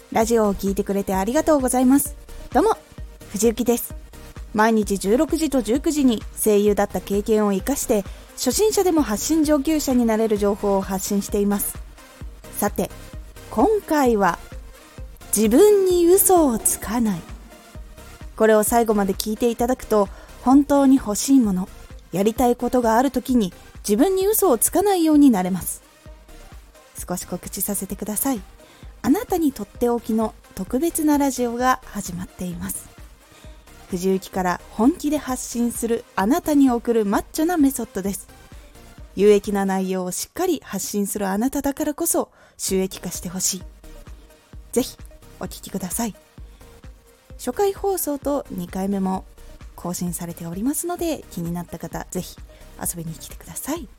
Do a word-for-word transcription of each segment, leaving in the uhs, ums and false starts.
ラジオを聞いてくれてありがとうございます。どうも、藤幸です。毎日じゅうろくじとじゅうくじに声優だった経験を生かして初心者でも発信上級者になれる情報を発信しています。さて、今回は自分に嘘をつかない。これを最後まで聞いていただくと、本当に欲しいもの、やりたいことがあるときに自分に嘘をつかないようになれます。少し告知させてください。あなたにとっておきの特別なラジオが始まっています。藤幸から本気で発信するあなたに送るマッチョなメソッドです。有益な内容をしっかり発信するあなただからこそ収益化してほしい。ぜひお聞きください。初回放送とにかいめも更新されておりますので、気になった方ぜひ遊びに来てください。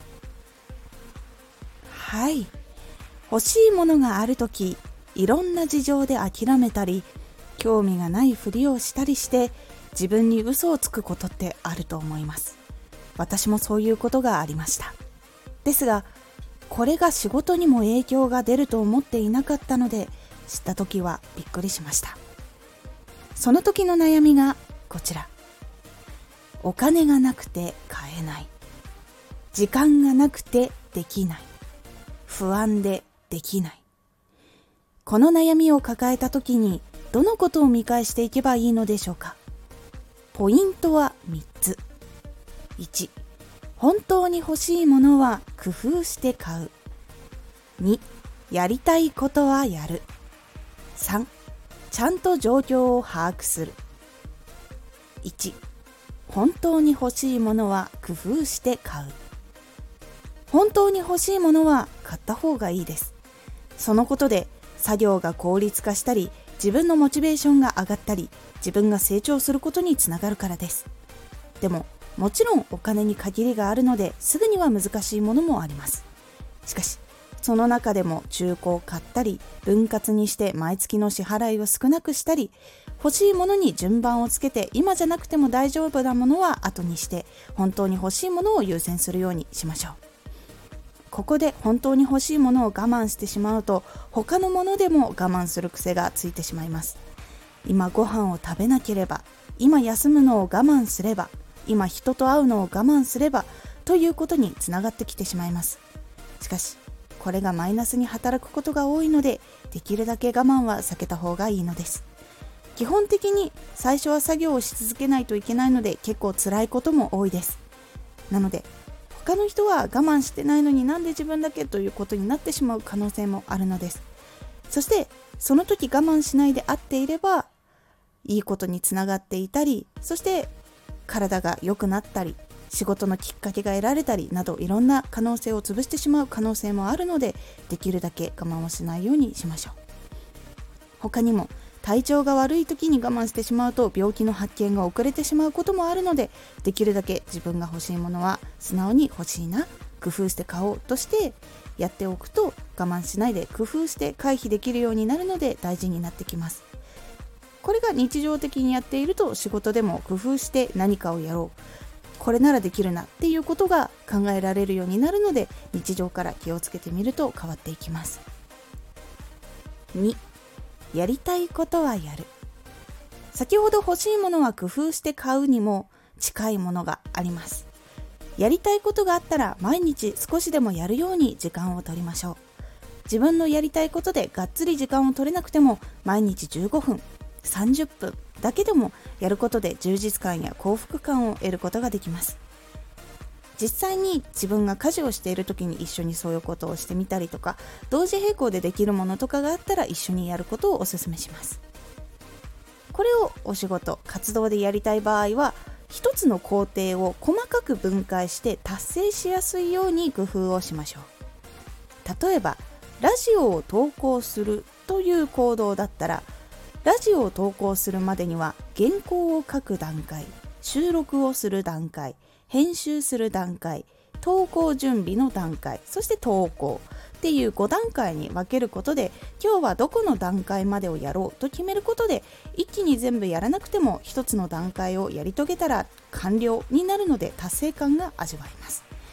はい、欲しいものがあるとき、いろんな事情で諦めたり、興味がないふりをしたりして自分に嘘をつくことってあると思います。私もそういうことがありました。ですが、これが仕事にも影響が出ると思っていなかったので、知った時はびっくりしました。その時の悩みがこちら。お金がなくて買えない。時間がなくてできない。不安でできない。この悩みを抱えた時にどのことを見返していけばいいのでしょうか。ポイントはみっつ。いち、本当に欲しいものは工夫して買う。に、やりたいことはやる。さん、ちゃんと状況を把握する。いち、本当に欲しいものは工夫して買う。本当に欲しいものは買った方がいいです。そのことで作業が効率化したり、自分のモチベーションが上がったり、自分が成長することにつながるからです。でも、もちろんお金に限りがあるので、すぐには難しいものもあります。しかし、その中でも中古を買ったり、分割にして毎月の支払いを少なくしたり、欲しいものに順番をつけて、今じゃなくても大丈夫なものは後にして、本当に欲しいものを優先するようにしましょう。ここで本当に欲しいものを我慢してしまうと、他のものでも我慢する癖がついてしまいます。今ご飯を食べなければ、今休むのを我慢すれば、今人と会うのを我慢すればということにつながってきてしまいます。しかし、これがマイナスに働くことが多いので、できるだけ我慢は避けた方がいいのです。基本的に最初は作業をし続けないといけないので、結構辛いことも多いです。なので、他の人は我慢してないのになんで自分だけということになってしまう可能性もあるのです。そしてその時我慢しないであっていれば、いいことにつながっていたり、そして体が良くなったり、仕事のきっかけが得られたりなど、いろんな可能性を潰してしまう可能性もあるので、できるだけ我慢をしないようにしましょう。他にも体調が悪い時に我慢してしまうと病気の発見が遅れてしまうこともあるので、できるだけ自分が欲しいものは素直に欲しいな、工夫して買おうとしてやっておくと、我慢しないで工夫して回避できるようになるので大事になってきます。これが日常的にやっていると、仕事でも工夫して何かをやろう、これならできるなっていうことが考えられるようになるので、日常から気をつけてみると変わっていきます。に、やりたいことはやる。先ほど欲しいものは工夫して買うにも近いものがあります。やりたいことがあったら毎日少しでもやるように時間を取りましょう。自分のやりたいことでがっつり時間を取れなくても、毎日じゅうごふん、さんじゅっぷんだけでもやることで充実感や幸福感を得ることができます。実際に自分が家事をしている時に一緒にそういうことをしてみたりとか、同時並行でできるものとかがあったら一緒にやることをお勧めします。これをお仕事、活動でやりたい場合は、一つの工程を細かく分解して達成しやすいように工夫をしましょう。例えば、ラジオを投稿するという行動だったら、ラジオを投稿するまでには原稿を書く段階、収録をする段階、編集する段階、投稿準備の段階、そして投稿っていうご段階に分けることで、今日はどこの段階までをやろうと決めることで、一気に全部やらなくても一つの段階をやり遂げたら完了になるので、達成感が味わえます。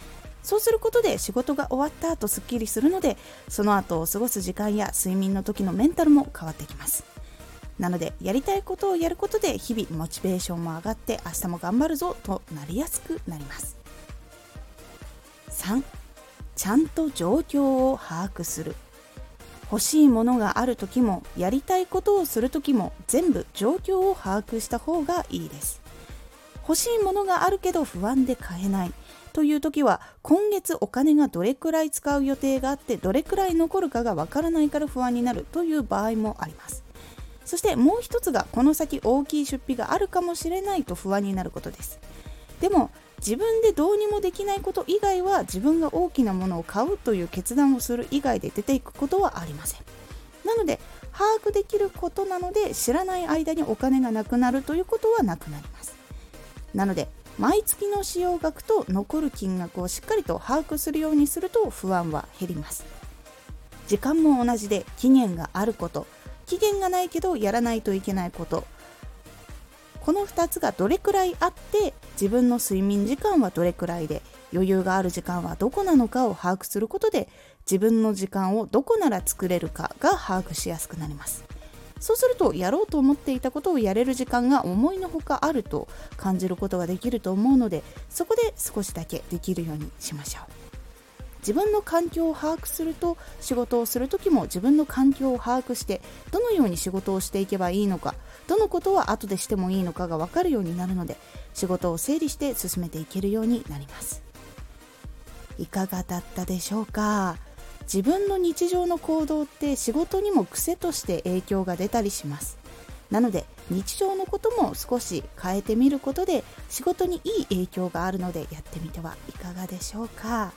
そうすることで仕事が終わった後すっきりするので、その後を過ごす時間や睡眠の時のメンタルも変わってきます。なのでやりたいことをやることで日々モチベーションも上がって明日も頑張るぞとなりやすくなります。さん、ちゃんと状況を把握する。欲しいものがある時もやりたいことをする時も全部状況を把握した方がいいです。欲しいものがあるけど不安で買えないという時は、今月お金がどれくらい使う予定があってどれくらい残るかがわからないから不安になるという場合もあります。そしてもう一つが、この先大きい出費があるかもしれないと不安になることです。でも自分でどうにもできないこと以外は、自分が大きなものを買うという決断をする以外で出ていくことはありません。なので把握できることなので、知らない間にお金がなくなるということはなくなります。なので毎月の使用額と残る金額をしっかりと把握するようにすると不安は減ります。時間も同じで、期限があること、期限がないけどやらないといけないこと、このふたつがどれくらいあって、自分の睡眠時間はどれくらいで、余裕がある時間はどこなのかを把握することで、自分の時間をどこなら作れるかが把握しやすくなります。そうするとやろうと思っていたことをやれる時間が思いのほかあると感じることができると思うので、そこで少しだけできるようにしましょう。自分の環境を把握すると、仕事をするときも自分の環境を把握して、どのように仕事をしていけばいいのか、どのことは後でしてもいいのかが分かるようになるので、仕事を整理して進めていけるようになります。いかがだったでしょうか。自分の日常の行動って仕事にも癖として影響が出たりします。なので日常のことも少し変えてみることで、仕事にいい影響があるので、やってみてはいかがでしょうか。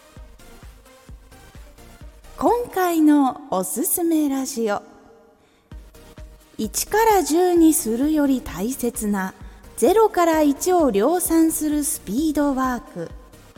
今回のおすすめラジオ、いちからじゅうにするより大切なゼロからいちを量産するスピードワーク。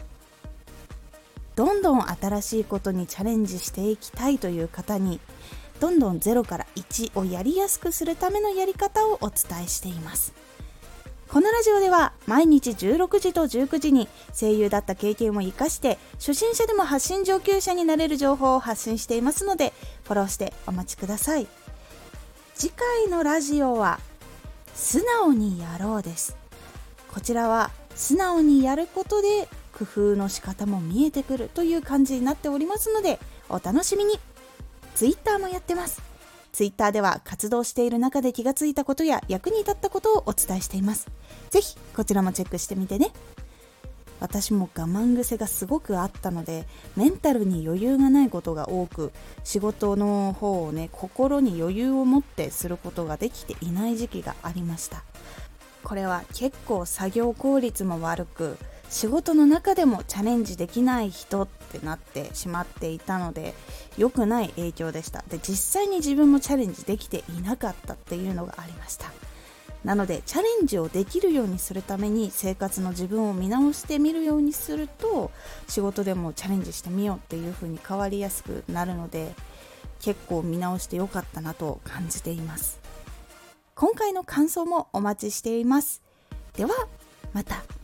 どんどん新しいことにチャレンジしていきたいという方に、どんどんゼロからいちをやりやすくするためのやり方をお伝えしています。このラジオでは毎日じゅうろくじとじゅうくじに声優だった経験を生かして、初心者でも発信上級者になれる情報を発信していますので、フォローしてお待ちください。次回のラジオは素直にやろうです。こちらは素直にやることで工夫の仕方も見えてくるという感じになっておりますので、お楽しみに。ツイッターもやってます。ツイッターでは活動している中で気がついたことや役に立ったことをお伝えしています。ぜひこちらもチェックしてみてね。私も我慢癖がすごくあったので、メンタルに余裕がないことが多く、仕事の方をね、心に余裕を持ってすることができていない時期がありました。これは結構作業効率も悪く、仕事の中でもチャレンジできない人ってなってしまっていたので、良くない影響でした。で、実際に自分もチャレンジできていなかったっていうのがありました。なのでチャレンジをできるようにするために、生活の自分を見直してみるようにすると、仕事でもチャレンジしてみようっていう風に変わりやすくなるので、結構見直してよかったなと感じています。今回の感想もお待ちしています。ではまた。